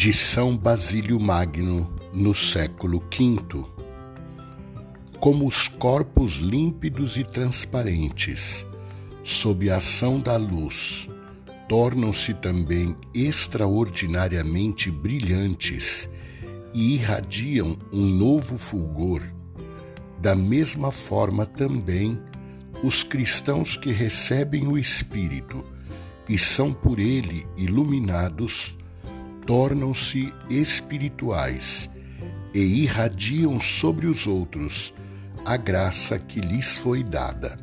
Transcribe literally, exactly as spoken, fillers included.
de São Basílio Magno, no século quinto. Como os corpos límpidos e transparentes, sob a ação da luz, tornam-se também extraordinariamente brilhantes e irradiam um novo fulgor, da mesma forma também os cristãos que recebem o Espírito e são por ele iluminados, tornam-se espirituais e irradiam sobre os outros a graça que lhes foi dada.